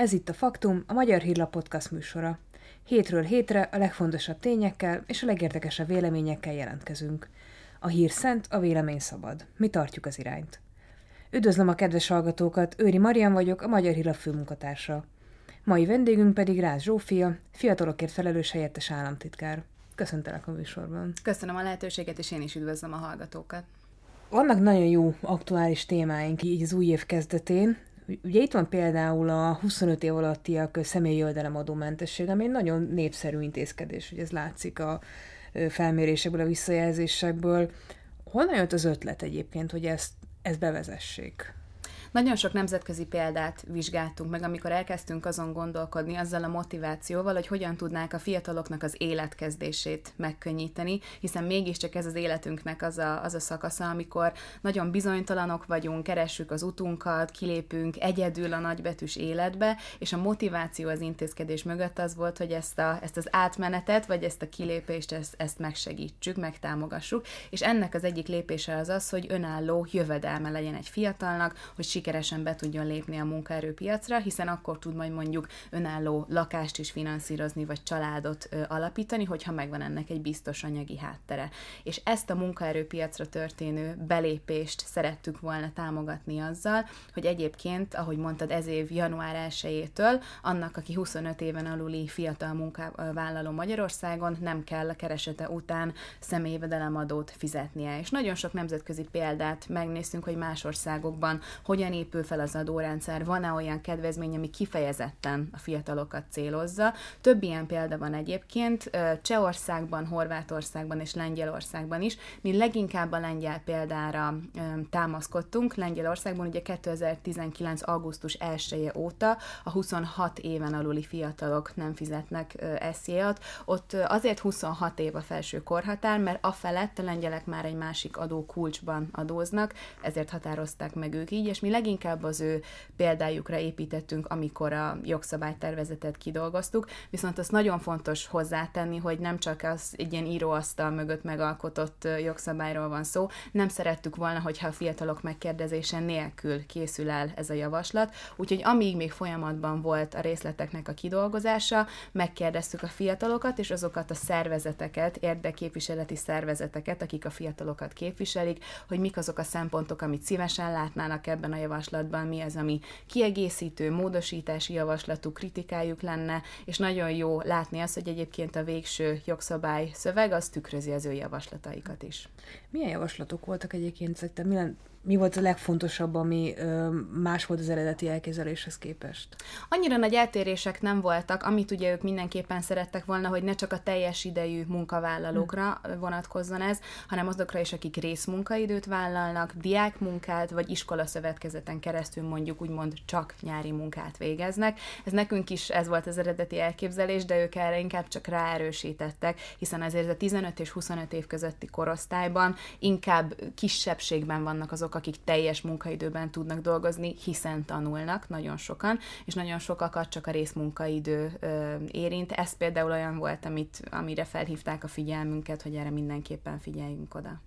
Ez itt a Faktum, a Magyar Hírlap podcast műsora. Hétről hétre a legfontosabb tényekkel és a legérdekesebb véleményekkel jelentkezünk. A hír szent, a vélemény szabad. Mi tartjuk az irányt. Üdvözlöm a kedves hallgatókat, Őri Marian vagyok, a Magyar Hírlap főmunkatársa. Mai vendégünk pedig Rácz Zsófia, fiatalokért felelős helyettes államtitkár. Köszöntelek a műsorban. Köszönöm a lehetőséget, és én is üdvözlöm a hallgatókat. Vannak nagyon jó aktuális témáink így az új év kezdetén. Ugye itt van például a 25 év alattiak személyi jövedelemadómentesség, ami egy nagyon népszerű intézkedés, ugye ez látszik a felmérésekből, a visszajelzésekből. Honnan jött az ötlet egyébként, hogy ezt bevezessék? Nagyon sok nemzetközi példát vizsgáltunk meg, amikor elkezdtünk azon gondolkodni azzal a motivációval, hogy hogyan tudnák a fiataloknak az életkezdését megkönnyíteni, hiszen mégiscsak ez az életünknek az a szakasza, amikor nagyon bizonytalanok vagyunk, keressük az utunkat, kilépünk egyedül a nagybetűs életbe, és a motiváció az intézkedés mögött az volt, hogy ezt az átmenetet, vagy ezt a kilépést, ezt megsegítsük, megtámogassuk, és ennek az egyik lépése az, hogy önálló jövedelme legyen egy fiatalnak, hogy sikeresen be tudjon lépni a munkaerőpiacra, hiszen akkor tud majd mondjuk önálló lakást is finanszírozni, vagy családot alapítani, hogyha megvan ennek egy biztos anyagi háttere. És ezt a munkaerőpiacra történő belépést szerettük volna támogatni azzal, hogy egyébként, ahogy mondtad, ez év január 1-től annak, aki 25 éven aluli fiatal munkavállaló Magyarországon, nem kell a keresete után személyi jövedelemadót fizetnie. És nagyon sok nemzetközi példát megnéztünk, hogy más országokban hogyan épül fel az adórendszer, van-e olyan kedvezmény, ami kifejezetten a fiatalokat célozza. Több ilyen példa van egyébként, Csehországban, Horvátországban és Lengyelországban is. Mi leginkább a lengyel példára támaszkodtunk. Lengyelországban ugye 2019. augusztus 1-e óta a 26 éven aluli fiatalok nem fizetnek SZIA-t. Ott azért 26 év a felső korhatár, mert afelett a lengyelek már egy másik adókulcsban adóznak, ezért határozták meg ők így, és mi leginkább az ő példájukra építettünk, amikor a jogszabálytervezetet kidolgoztuk, viszont azt nagyon fontos hozzátenni, hogy nem csak az egy ilyen íróasztal mögött megalkotott jogszabályról van szó, nem szerettük volna, hogyha a fiatalok megkérdezése nélkül készül el ez a javaslat, úgyhogy amíg még folyamatban volt a részleteknek a kidolgozása, megkérdeztük a fiatalokat és azokat a szervezeteket, érdekképviseleti szervezeteket, akik a fiatalokat képviselik, hogy mik azok a szempontok, amit szívesen látnának ebben a javaslatban, mi az, ami kiegészítő, módosítási javaslatú kritikájuk lenne, és nagyon jó látni azt, hogy egyébként a végső jogszabály szöveg az tükrözi az ő javaslataikat is. Milyen javaslatok voltak egyébként? Mi volt a legfontosabb, ami más volt az eredeti elképzeléshez képest? Annyira nagy eltérések nem voltak, amit ugye ők mindenképpen szerettek volna, hogy ne csak a teljes idejű munkavállalókra vonatkozzon ez, hanem azokra is, akik részmunkaidőt vállalnak, diákmunkát, vagy iskolaszövetkezeten keresztül mondjuk úgymond csak nyári munkát végeznek. Ez nekünk is ez volt az eredeti elképzelés, de ők erre inkább csak ráerősítettek, hiszen azért a 15 és 25 év közötti korosztályban inkább kisebbségben vannak azok, akik teljes munkaidőben tudnak dolgozni, hiszen tanulnak nagyon sokan, és nagyon sokakat csak a részmunkaidő érint. Ez például olyan volt, amire felhívták a figyelmünket, hogy erre mindenképpen figyeljünk oda.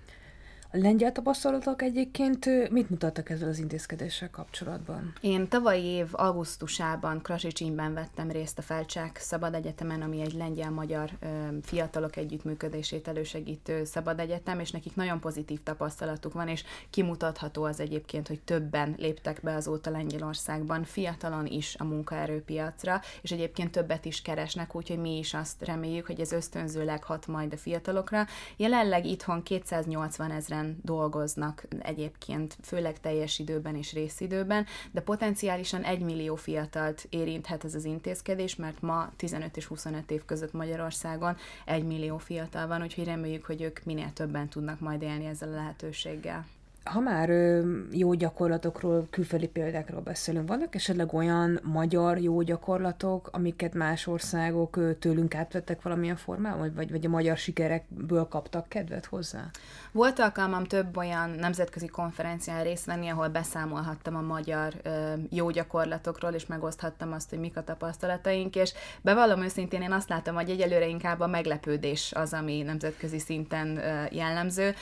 A lengyel tapasztalatok egyébként mit mutattak ezzel az intézkedéssel kapcsolatban? Én tavalyi év augusztusában Krasicsínben vettem részt a Felcsák Szabad Egyetemen, ami egy lengyel-magyar fiatalok együttműködését elősegítő szabad egyetem, és nekik nagyon pozitív tapasztalatuk van, és kimutatható az egyébként, hogy többen léptek be azóta Lengyelországban, fiatalon is a munkaerőpiacra, és egyébként többet is keresnek, úgyhogy mi is azt reméljük, hogy ez ösztönzőleg hat majd a fiatalokra. Jelenleg itthon 280 000 dolgoznak egyébként, főleg teljes időben és részidőben, de potenciálisan 1 millió fiatalt érinthet ez az intézkedés, mert ma 15 és 25 év között Magyarországon 1 millió fiatal van, úgyhogy reméljük, hogy ők minél többen tudnak majd élni ezzel a lehetőséggel. Ha már jó gyakorlatokról, külföldi példákról beszélünk, vannak esetleg olyan magyar jó gyakorlatok, amiket más országok tőlünk átvettek valamilyen formában, vagy a magyar sikerekből kaptak kedvet hozzá? Volt alkalmam több olyan nemzetközi konferencián részt venni, ahol beszámolhattam a magyar jó gyakorlatokról, és megoszthattam azt, hogy mik a tapasztalataink, és bevallom őszintén, én azt látom, hogy egyelőre inkább a meglepődés az, ami nemzetközi szinten jellemző.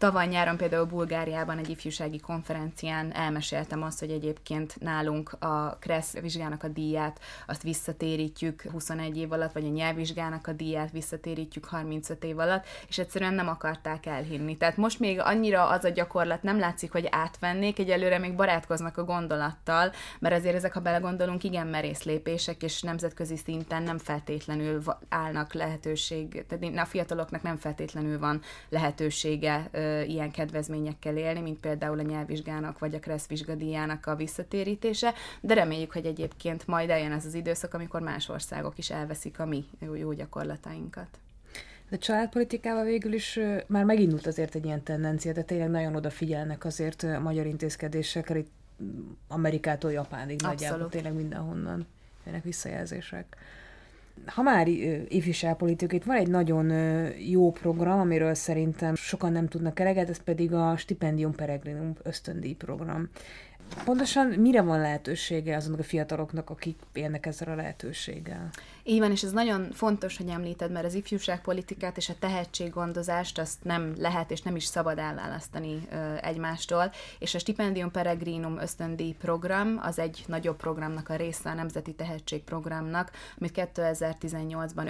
Tavaly nyáron például Bulgáriában egy ifjúsági konferencián elmeséltem azt, hogy egyébként nálunk a KRESZ vizsgának a díját azt visszatérítjük 21 év alatt, vagy a nyelvvizsgának a díját visszatérítjük 35 év alatt, és egyszerűen nem akarták elhinni. Tehát most még annyira az a gyakorlat nem látszik, hogy átvennék, egyelőre még barátkoznak a gondolattal, mert azért ezek, ha belegondolunk, igen merész lépések, és nemzetközi szinten nem feltétlenül állnak lehetőség, tehát a fiataloknak nem feltétlenül van lehetősége ilyen kedvezményekkel élni, mint például a nyelvvizsgának vagy a KRESZ vizsgadíjának a visszatérítése, de reméljük, hogy egyébként majd eljön ez az időszak, amikor más országok is elveszik a mi jó gyakorlatainkat. De családpolitikával végül is már megindult azért egy ilyen tendencia, de tényleg nagyon odafigyelnek azért magyar intézkedésekre, itt Amerikától Japánig nagyjából, tényleg mindenhonnan jönnek visszajelzések. Ha már ifjúságpolitika, itt van egy nagyon jó program, amiről szerintem sokan nem tudnak eleget, ez pedig a Stipendium Peregrinum ösztöndíj program. Pontosan mire van lehetősége azoknak a fiataloknak, akik élnek ezzel a lehetőséggel? Így van, és ez nagyon fontos, hogy említed, mert az ifjúságpolitikát és a tehetséggondozást azt nem lehet és nem is szabad elválasztani egymástól, és a Stipendium Peregrinum ösztöndíj program az egy nagyobb programnak a része, a Nemzeti Tehetségprogramnak, amit 2008-ban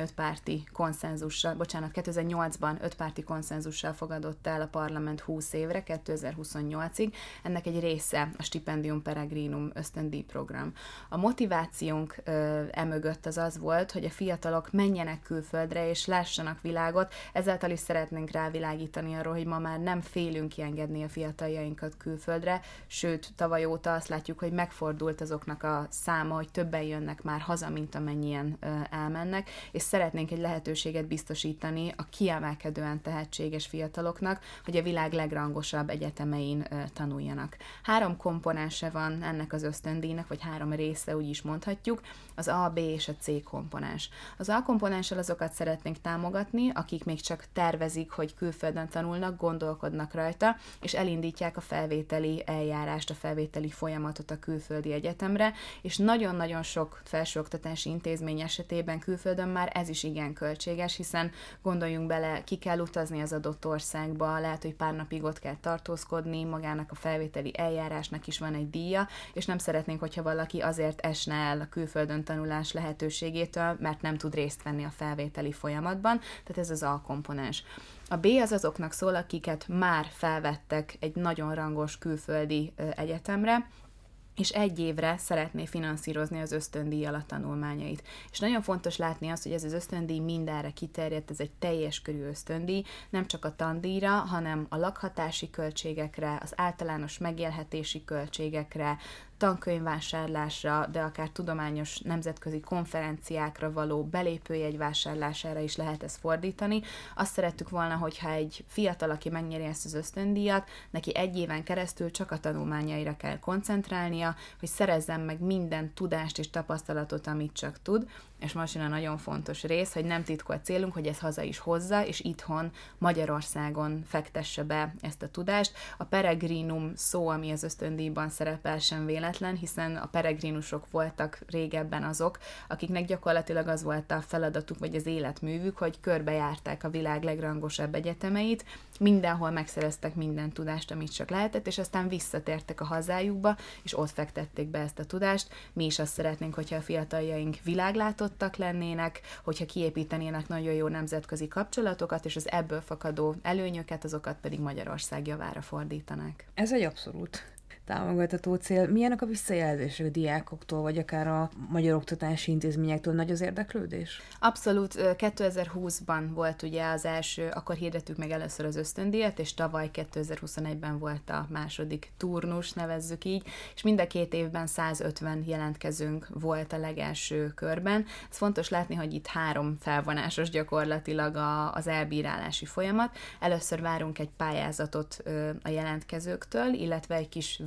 5 párti konszenzussal fogadott el a parlament 20 évre, 2028-ig. Ennek egy része a Stipendium Peregrinum ösztöndíj program. A motivációnk emögött az volt, hogy a fiatalok menjenek külföldre és lássanak világot, ezáltal is szeretnénk rávilágítani arról, hogy ma már nem félünk kiengedni a fiataljainkat külföldre, sőt, tavaly óta azt látjuk, hogy megfordult azoknak a száma, hogy többen jönnek már haza, mint amennyien elmennek, és szeretnénk egy lehetőséget biztosítani a kiemelkedően tehetséges fiataloknak, hogy a világ legrangosabb egyetemein tanuljanak. 3 komponense van ennek az ösztöndíjnak, vagy 3 része, úgy is mondhatjuk, az A, B és a C komponens. Az A komponenssel azokat szeretnénk támogatni, akik még csak tervezik, hogy külföldön tanulnak, gondolkodnak rajta, és elindítják a felvételi eljárást, a felvételi folyamatot a külföldi egyetemre, és nagyon-nagyon sok felsőoktatási intézmény esetében külföldön már ez is igen költséges, hiszen gondoljunk bele, ki kell utazni az adott országba, lehet, hogy pár napig ott kell tartózkodni, magának a felvételi eljárásnak is van egy díja, és nem szeretnénk, hogyha valaki azért esne el a külföldön tanulás lehetőségétől, mert nem tud részt venni a felvételi folyamatban, tehát ez az A komponens. A B az azoknak szól, akiket már felvettek egy nagyon rangos külföldi egyetemre, és 1 évre szeretné finanszírozni az ösztöndíjjal a tanulmányait. És nagyon fontos látni azt, hogy ez az ösztöndíj mindenre kiterjedt, ez egy teljes körű ösztöndíj, nem csak a tandíjra, hanem a lakhatási költségekre, az általános megélhetési költségekre, tankönyvvásárlásra, de akár tudományos nemzetközi konferenciákra való belépőjegy vásárlására is lehet ezt fordítani. Azt szerettük volna, hogyha egy fiatal, aki megnyeri ezt az ösztöndíjat, neki 1 éven keresztül csak a tanulmányaira kell koncentrálnia, hogy szerezzen meg minden tudást és tapasztalatot, amit csak tud, és most jön a nagyon fontos rész, hogy nem titkolt célunk, hogy ez haza is hozza, és itthon Magyarországon fektesse be ezt a tudást. A peregrinum szó, ami az ösztöndíjban szerepel, sem véletlen, hiszen a peregrinusok voltak régebben azok, akiknek gyakorlatilag az volt a feladatuk, vagy az életművük, hogy körbejárták a világ legrangosabb egyetemeit, mindenhol megszereztek minden tudást, amit csak lehetett, és aztán visszatértek a hazájukba, és ott fektették be ezt a tudást. Mi is azt szeretnénk, hogyha a fiataljaink világlátottak lennének, hogyha kiépítenének nagyon jó nemzetközi kapcsolatokat, és az ebből fakadó előnyöket, azokat pedig Magyarország javára fordítanák. Ez egy abszolút támogatható cél. Milyenek a visszajelzések a diákoktól, vagy akár a magyar oktatási intézményektől? Nagy az érdeklődés? Abszolút. 2020-ban volt ugye az első, akkor hirdettük meg először az ösztöndíjat, és tavaly 2021-ben volt a második turnus, nevezzük így, és mind a 2 évben 150 jelentkezőnk volt a legelső körben. Ez fontos látni, hogy itt 3 felvonásos gyakorlatilag az elbírálási folyamat. Először várunk egy pályázatot a jelentkezőktől, illetve egy kis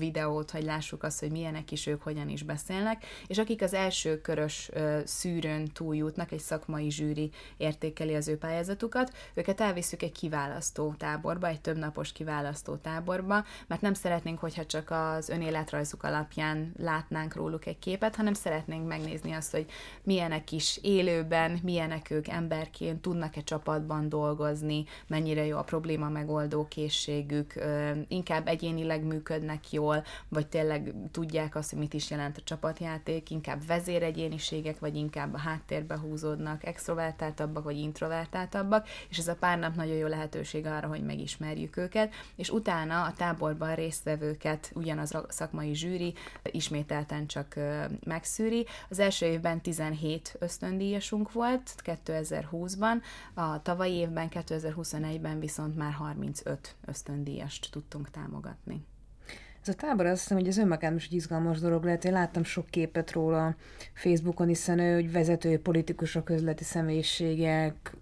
videót, hogy lássuk azt, hogy milyenek is ők, hogyan is beszélnek, és akik az első körös szűrőn túljutnak, egy szakmai zsűri értékeli az ő pályázatukat, őket elviszük egy kiválasztó táborba, egy többnapos kiválasztó táborba, mert nem szeretnénk, hogyha csak az önéletrajzuk alapján látnánk róluk egy képet, hanem szeretnénk megnézni azt, hogy milyenek is élőben, milyenek ők emberként, tudnak-e csapatban dolgozni, mennyire jó a probléma megoldó készségük, inkább egyénileg működnek jól, vagy tényleg tudják azt, hogy mit is jelent a csapatjáték, inkább vezéregyéniségek, vagy inkább a háttérbe húzódnak, extrovertáltabbak, vagy introvertáltabbak, és ez a pár nap nagyon jó lehetőség arra, hogy megismerjük őket, és utána a táborban résztvevőket ugyanaz a szakmai zsűri ismételten csak megszűri. Az első évben 17 ösztöndíjasunk volt 2020-ban, a tavalyi évben, 2021-ben viszont már 35 ösztöndíjast tudtunk támogatni. Ez a tábor, azt hiszem, hogy ez önmagában is egy izgalmas dolog lehet. Én láttam sok képet róla Facebookon, hiszen ő, hogy vezető politikusok, közleti személyiségek,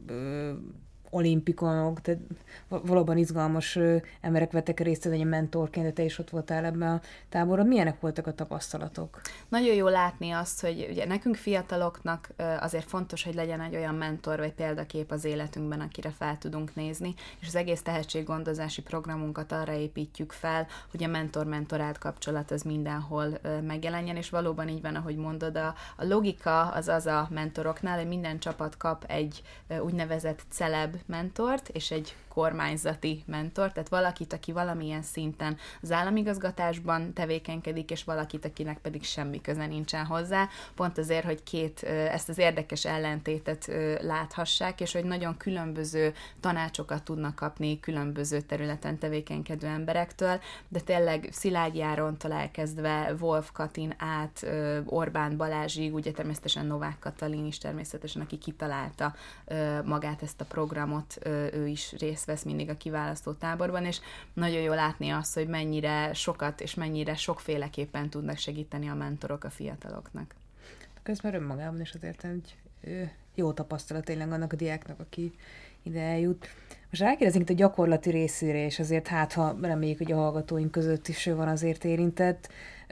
olimpikonok, tehát valóban izgalmas emberek vettek részt, egy mentorként, de te is ott voltál ebben a táborban. Milyenek voltak a tapasztalatok? Nagyon jó látni azt, hogy ugye nekünk fiataloknak azért fontos, hogy legyen egy olyan mentor vagy példakép az életünkben, akire fel tudunk nézni, és az egész tehetséggondozási programunkat arra építjük fel, hogy a mentor-mentorált kapcsolat az mindenhol megjelenjen, és valóban így van, ahogy mondod, a logika az a mentoroknál, hogy minden csapat kap egy úgynevezett celeb mentort, és egy kormányzati mentor, tehát valakit, aki valamilyen szinten az államigazgatásban tevékenykedik, és valakit, akinek pedig semmi köze nincsen hozzá, pont azért, hogy ezt az érdekes ellentétet láthassák, és hogy nagyon különböző tanácsokat tudnak kapni különböző területen tevékenykedő emberektől, de tényleg Szilágy Járontól elkezdve Wolf Katin át Orbán Balázsig, ugye természetesen Novák Katalin is természetesen, aki kitalálta magát ezt a programot, ő is részt vesz mindig a kiválasztó táborban, és nagyon jó látni azt, hogy mennyire sokat és mennyire sokféleképpen tudnak segíteni a mentorok a fiataloknak. Közben önmagában is azért egy jó tapasztalat tényleg annak a diáknak, aki ide eljut. Most rákérdezünk itt a gyakorlati részére, és azért ha reméljük, hogy a hallgatóink között is van azért érintett.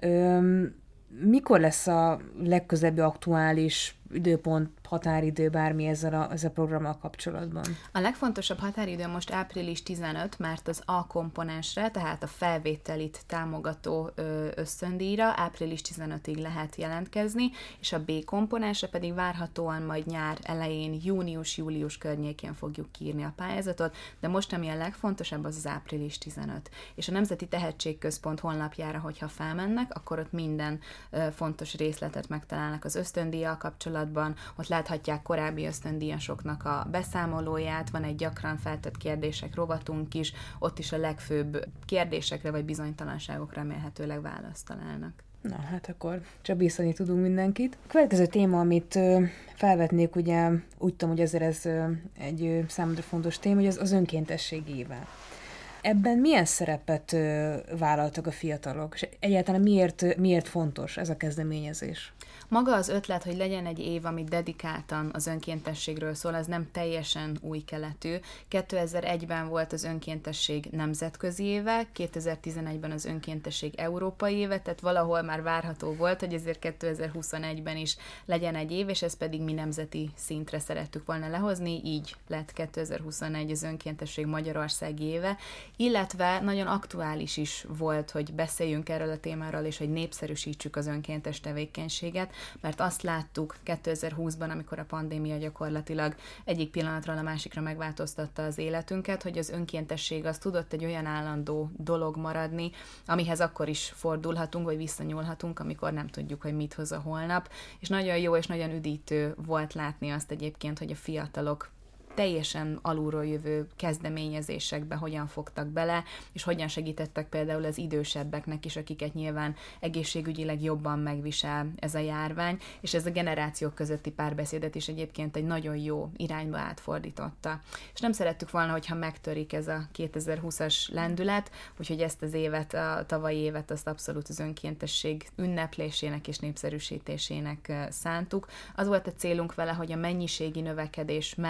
Mikor lesz a legközelebbi aktuális időpont, határidő, bármi ezzel a programmal kapcsolatban? A legfontosabb határidő most április 15, mert az A komponensre, tehát a felvételit támogató ösztöndíjra április 15-ig lehet jelentkezni, és a B komponensre pedig várhatóan majd nyár elején, június-július környékén fogjuk kiírni a pályázatot, de most ami a legfontosabb, az április 15. És a Nemzeti Tehetségközpont honlapjára, hogyha felmennek, akkor ott minden fontos részletet megtalálnak az ösztöndíjjal kapcsolatban, ott láthatják korábbi ösztöndíjasoknak a beszámolóját, van egy gyakran feltett kérdések rovatunk is, ott is a legfőbb kérdésekre vagy bizonytalanságokra remélhetőleg választ találnak. Na, hát akkor csak bíztatni tudunk mindenkit. A következő téma, amit felvetnék, ugye úgy tudom, hogy ezért ez egy számomra fontos téma, hogy az önkéntesség éve. Ebben milyen szerepet vállaltak a fiatalok, és egyáltalán miért fontos ez a kezdeményezés? Maga az ötlet, hogy legyen egy év, ami dedikáltan az önkéntességről szól, az nem teljesen új keletű. 2001-ben volt az önkéntesség nemzetközi éve, 2011-ben az önkéntesség európai éve, tehát valahol már várható volt, hogy ezért 2021-ben is legyen egy év, és ezt pedig mi nemzeti szintre szerettük volna lehozni, így lett 2021 az önkéntesség magyarországi éve, illetve nagyon aktuális is volt, hogy beszéljünk erről a témáról, és hogy népszerűsítsük az önkéntes tevékenységet, mert azt láttuk 2020-ban, amikor a pandémia gyakorlatilag egyik pillanatról a másikra megváltoztatta az életünket, hogy az önkéntesség az tudott egy olyan állandó dolog maradni, amihez akkor is fordulhatunk, vagy visszanyúlhatunk, amikor nem tudjuk, hogy mit hoz a holnap, és nagyon jó és nagyon üdítő volt látni azt egyébként, hogy a fiatalok teljesen alulról jövő kezdeményezésekbe hogyan fogtak bele, és hogyan segítettek például az idősebbeknek is, akiket nyilván egészségügyileg jobban megvisel ez a járvány, és ez a generációk közötti párbeszédet is egyébként egy nagyon jó irányba átfordította. És nem szerettük volna, hogyha megtörik ez a 2020-as lendület, úgyhogy ezt az évet, a tavalyi évet azt abszolút az önkéntesség ünneplésének és népszerűsítésének szántuk. Az volt a célunk vele, hogy a mennyiségi növekedés mellett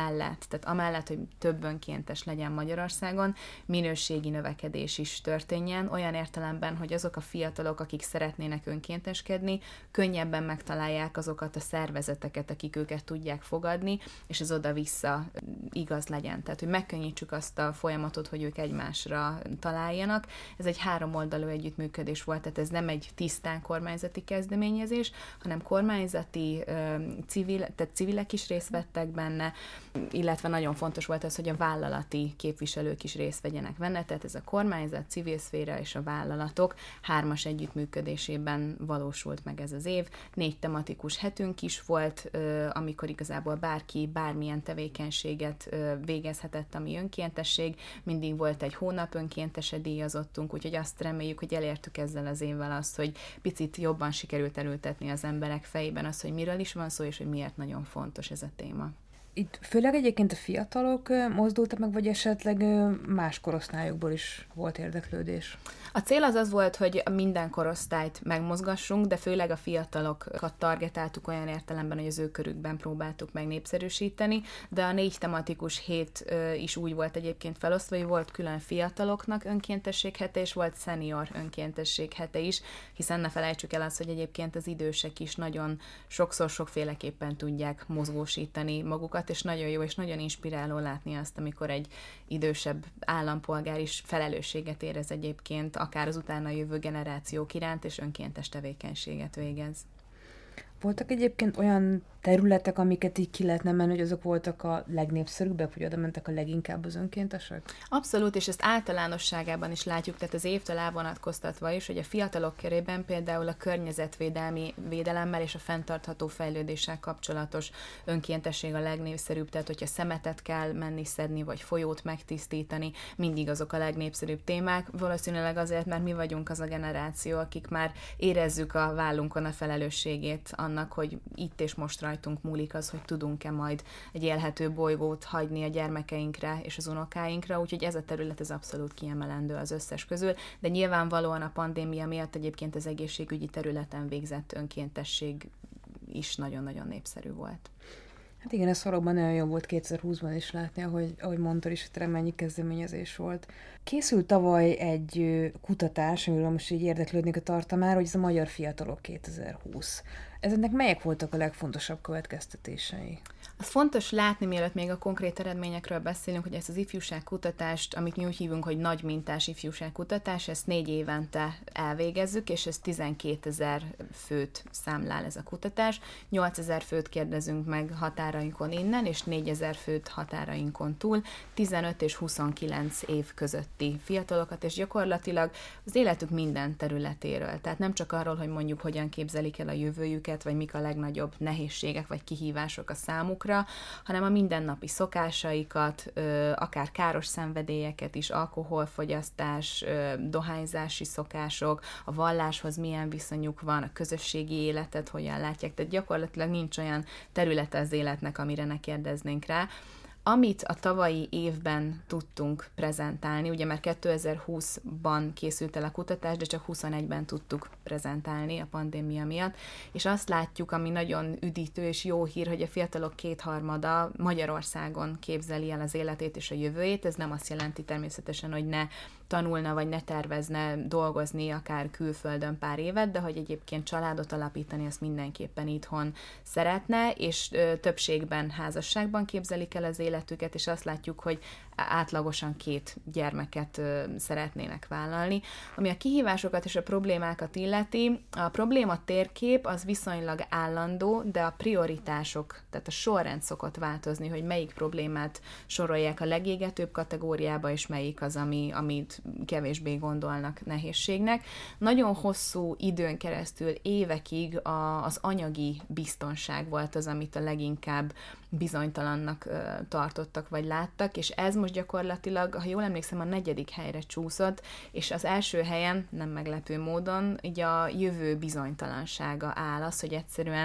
tehát amellett, hogy több önkéntes legyen Magyarországon, minőségi növekedés is történjen, olyan értelemben, hogy azok a fiatalok, akik szeretnének önkénteskedni, könnyebben megtalálják azokat a szervezeteket, akik őket tudják fogadni, és ez oda-vissza igaz legyen. Tehát, hogy megkönnyítsük azt a folyamatot, hogy ők egymásra találjanak. Ez egy 3-oldalú együttműködés volt, tehát ez nem egy tisztán kormányzati kezdeményezés, hanem kormányzati, tehát civilek is részt vettek benne, illetve nagyon fontos volt az, hogy a vállalati képviselők is részt vegyenek benne, tehát ez a kormányzat, civil szféra és a vállalatok 3-as együttműködésében valósult meg ez az év. 4 tematikus hetünk is volt, amikor igazából bárki bármilyen tevékenységet végezhetett, ami önkéntesség. Mindig volt egy hónap önkéntese díjazottunk, úgyhogy azt reméljük, hogy elértük ezzel az évvel azt, hogy picit jobban sikerült elültetni az emberek fejében azt, hogy miről is van szó, és hogy miért nagyon fontos ez a téma. Itt főleg egyébként a fiatalok mozdultak meg, vagy esetleg más korosztályokból is volt érdeklődés? A cél az volt, hogy minden korosztályt megmozgassunk, de főleg a fiatalokat targetáltuk olyan értelemben, hogy az ő körükben próbáltuk meg népszerűsíteni, de a 4 tematikus hét is úgy volt egyébként felosztva, hogy volt külön fiataloknak önkéntesség hete, és volt senior önkéntesség hete is, hiszen ne felejtsük el azt, hogy egyébként az idősek is nagyon sokszor sokféleképpen tudják mozgósítani magukat, és nagyon jó és nagyon inspiráló látni azt, amikor egy idősebb állampolgár is felelősséget érez egyébként, akár az utána jövő generációk iránt, és önkéntes tevékenységet végez. Voltak egyébként olyan területek, amiket így ki lehetne menni, hogy azok voltak a legnépszerűbbek, hogy oda mentek a leginkább az önkéntesek? Abszolút, és ezt általánosságában is látjuk, tehát az évtől elvonatkoztatva is, hogy a fiatalok körében például a környezetvédelmi védelemmel és a fenntartható fejlődéssel kapcsolatos önkéntesség a legnépszerűbb, tehát hogyha szemetet kell menni szedni, vagy folyót megtisztítani, mindig azok a legnépszerűbb témák. Valószínűleg azért, mert mi vagyunk az a generáció, akik már érezzük a vállunkon a felelősségét annak, hogy itt és most rajtunk múlik az, hogy tudunk-e majd egy élhető bolygót hagyni a gyermekeinkre és az unokáinkra, úgyhogy ez a terület az abszolút kiemelendő az összes közül, de nyilvánvalóan a pandémia miatt egyébként az egészségügyi területen végzett önkéntesség is nagyon-nagyon népszerű volt. Hát igen, ez valóban nagyon jó volt 2020-ban is látni, ahogy mondtad is, hogy mennyi kezdeményezés volt. Készült tavaly egy kutatás, amiről most így érdeklődnék a tartalmára, hogy ez a Magyar Fiatalok 2020. Ezeknek melyek voltak a legfontosabb következtetései? Az fontos látni, mielőtt még a konkrét eredményekről beszélünk, hogy ezt az ifjúságkutatást, amit mi úgy hívunk, hogy nagy mintás ifjúságkutatás, ezt 4 évente elvégezzük, és ez 12 000 főt számlál ez a kutatás. 8 000 főt kérdezünk meg határainkon innen, és 4 000 főt határainkon túl, 15 és 29 év közötti fiatalokat, és gyakorlatilag az életük minden területéről. Tehát nem csak arról, hogy mondjuk hogyan képzelik el a jövőjüket, vagy mik a legnagyobb nehézségek, vagy kihívások a számukra, hanem a mindennapi szokásaikat, akár káros szenvedélyeket is, alkoholfogyasztás, dohányzási szokások, a valláshoz milyen viszonyuk van, a közösségi életet hogyan látják, tehát gyakorlatilag nincs olyan területe az életnek, amire ne kérdeznénk rá. Amit a tavalyi évben tudtunk prezentálni, ugye már 2020-ban készült el a kutatás, de csak 21-ben tudtuk prezentálni a pandémia miatt, és azt látjuk, ami nagyon üdítő és jó hír, hogy a fiatalok 2/3 Magyarországon képzeli el az életét és a jövőjét. Ez nem azt jelenti természetesen, hogy ne tanulna, vagy ne tervezne dolgozni akár külföldön pár évet, de hogy egyébként családot alapítani, azt mindenképpen itthon szeretne, és többségben házasságban képzelik el az életüket, és azt látjuk, hogy átlagosan 2 gyermeket szeretnének vállalni. Ami a kihívásokat és a problémákat illeti, a probléma térkép az viszonylag állandó, de a prioritások, tehát a sorrend szokott változni, hogy melyik problémát sorolják a legégetőbb kategóriába, és melyik az, amit kevésbé gondolnak nehézségnek. Nagyon hosszú időn keresztül, évekig az anyagi biztonság volt az, amit a leginkább bizonytalannak tartottak, vagy láttak, és ez most gyakorlatilag, ha jól emlékszem, a 4. helyre csúszott, és az első helyen, nem meglepő módon, így a jövő bizonytalansága áll, az, hogy egyszerűen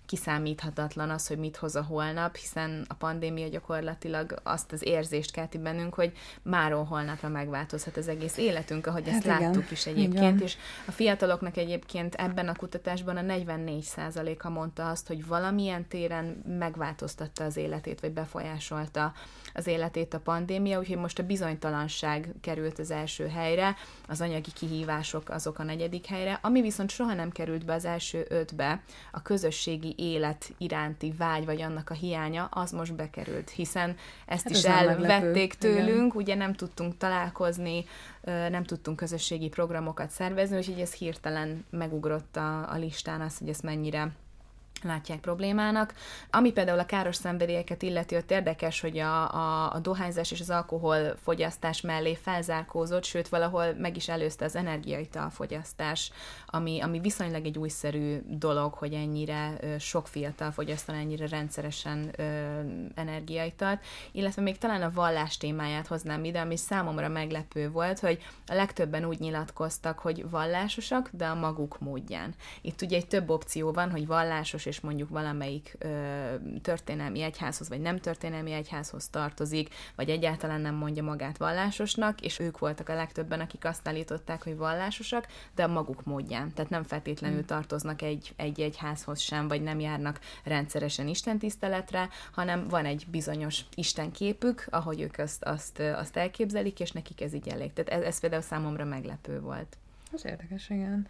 kiszámíthatatlan az, hogy mit hoz a holnap, hiszen a pandémia gyakorlatilag azt az érzést kelti bennünk, hogy máról holnapra megváltozhat az egész életünk, ahogy ezt láttuk is egyébként, és a fiataloknak egyébként ebben a kutatásban a 44%-a mondta azt, hogy valamilyen téren megváltoztatta az életét, vagy befolyásolta az életét a pandémia, úgyhogy most a bizonytalanság került az első helyre, az anyagi kihívások azok a negyedik helyre, ami viszont soha nem került be az első 5-be, a közösségi élet iránti vágy, vagy annak a hiánya, az most bekerült, hiszen ezt is elvették tőlünk, ugye nem tudtunk találkozni, nem tudtunk közösségi programokat szervezni, úgyhogy ez hirtelen megugrott a listán az, hogy ezt mennyire látják problémának. Ami például a káros szenvedélyeket illeti, ott érdekes, hogy a dohányzás és az alkoholfogyasztás mellé felzárkózott, sőt valahol meg is előzte az energiaitalfogyasztás, ami viszonylag egy újszerű dolog, hogy ennyire sok fiatal fogyasztan ennyire rendszeresen energiaitalt, illetve még talán a vallás témáját hoznám ide, ami számomra meglepő volt, hogy a legtöbben úgy nyilatkoztak, hogy vallásosak, de a maguk módján. Itt ugye egy több opció van, hogy vallásos és mondjuk valamelyik történelmi egyházhoz, vagy nem történelmi egyházhoz tartozik, vagy egyáltalán nem mondja magát vallásosnak, és ők voltak a legtöbben, akik azt állították, hogy vallásosak, de a maguk módján. Tehát nem feltétlenül tartoznak egy egyházhoz sem, vagy nem járnak rendszeresen istentiszteletre, hanem van egy bizonyos istenképük, ahogy ők azt elképzelik, és nekik ez így elég. Tehát ez például számomra meglepő volt. Az érdekes, igen.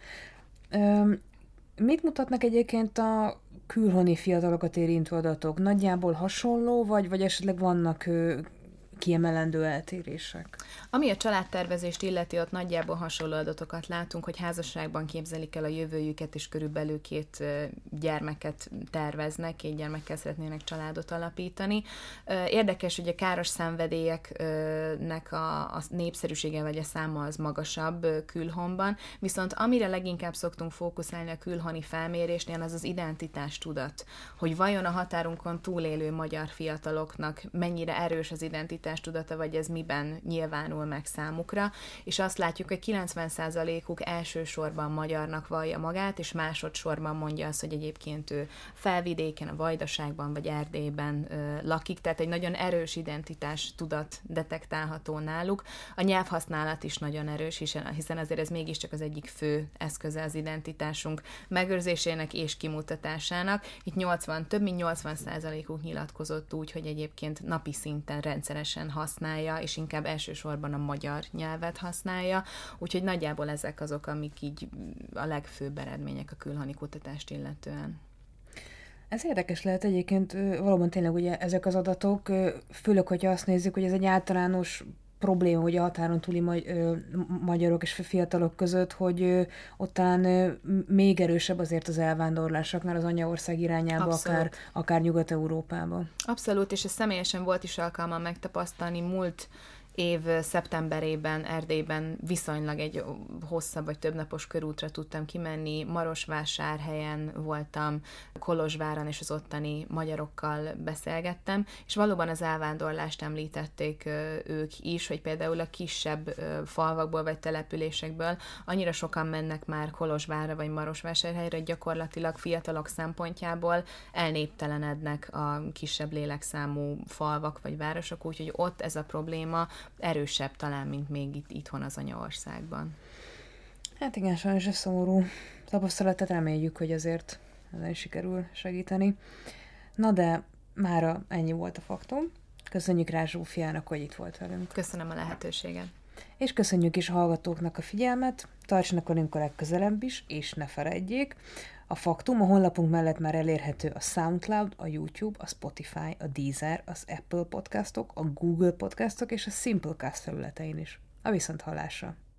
Mit mutatnak egyébként a külhoni fiatalokat érintő adatok? Nagyjából hasonló, vagy esetleg vannak kiemelendő eltérések? Ami a családtervezést illeti, ott nagyjából hasonló adatokat látunk, hogy házasságban képzelik el a jövőjüket, és körülbelül 2 gyermeket terveznek, 2 gyermekkel szeretnének családot alapítani. Érdekes, hogy a káros szenvedélyeknek a népszerűsége vagy a száma az magasabb külhonban, viszont amire leginkább szoktunk fókuszálni a külhoni felmérésnél, az az identitástudat, hogy vajon a határunkon túlélő magyar fiataloknak mennyire erős az identitástudata, vagy ez miben nyilvánul meg számukra, és azt látjuk, hogy 90%-uk elsősorban magyarnak vallja magát, és másodszorban mondja azt, hogy egyébként ő Felvidéken, a Vajdaságban vagy Erdélyben lakik, tehát egy nagyon erős identitástudat detektálható náluk. A nyelvhasználat is nagyon erős, hiszen azért ez mégiscsak az egyik fő eszköze az identitásunk megőrzésének és kimutatásának. Itt több mint 80%-uk nyilatkozott úgy, hogy egyébként napi szinten rendszeresen használja, és inkább elsősorban a magyar nyelvet használja, úgyhogy nagyjából ezek azok, amik így a legfőbb eredmények a külhoni kutatást illetően. Ez érdekes lehet egyébként, valóban tényleg ugye ezek az adatok, főleg, hogyha azt nézzük, hogy ez egy általános probléma, hogy a határon túli magyarok és fiatalok között, hogy ott talán még erősebb azért az elvándorlás, akár az anyaország irányába, akár Nyugat-Európába. Abszolút, és ez személyesen volt is alkalmam megtapasztalni múlt év szeptemberében Erdélyben viszonylag egy hosszabb vagy többnapos körútra tudtam kimenni, Marosvásárhelyen voltam, Kolozsváron, és az ottani magyarokkal beszélgettem, és valóban az elvándorlást említették ők is, hogy például a kisebb falvakból vagy településekből annyira sokan mennek már Kolozsvárra vagy Marosvásárhelyre, hogy gyakorlatilag fiatalok szempontjából elnéptelenednek a kisebb lélekszámú falvak vagy városok, úgyhogy ott ez a probléma erősebb talán, mint még itthon az anyaországban. Hát igen, sajnos ez szomorú tapasztalat, reméljük, hogy azért ezen sikerül segíteni. Na de mára ennyi volt a faktum. Köszönjük Rácz Zsófiának, hogy itt volt velünk. Köszönöm a lehetőséget. És köszönjük is a hallgatóknak a figyelmet, tartsanak velünk a legközelebb is, és ne feledjék, a faktum a honlapunk mellett már elérhető a SoundCloud, a YouTube, a Spotify, a Deezer, az Apple podcastok, a Google podcastok és a Simplecast felületein is. A viszonthallásra!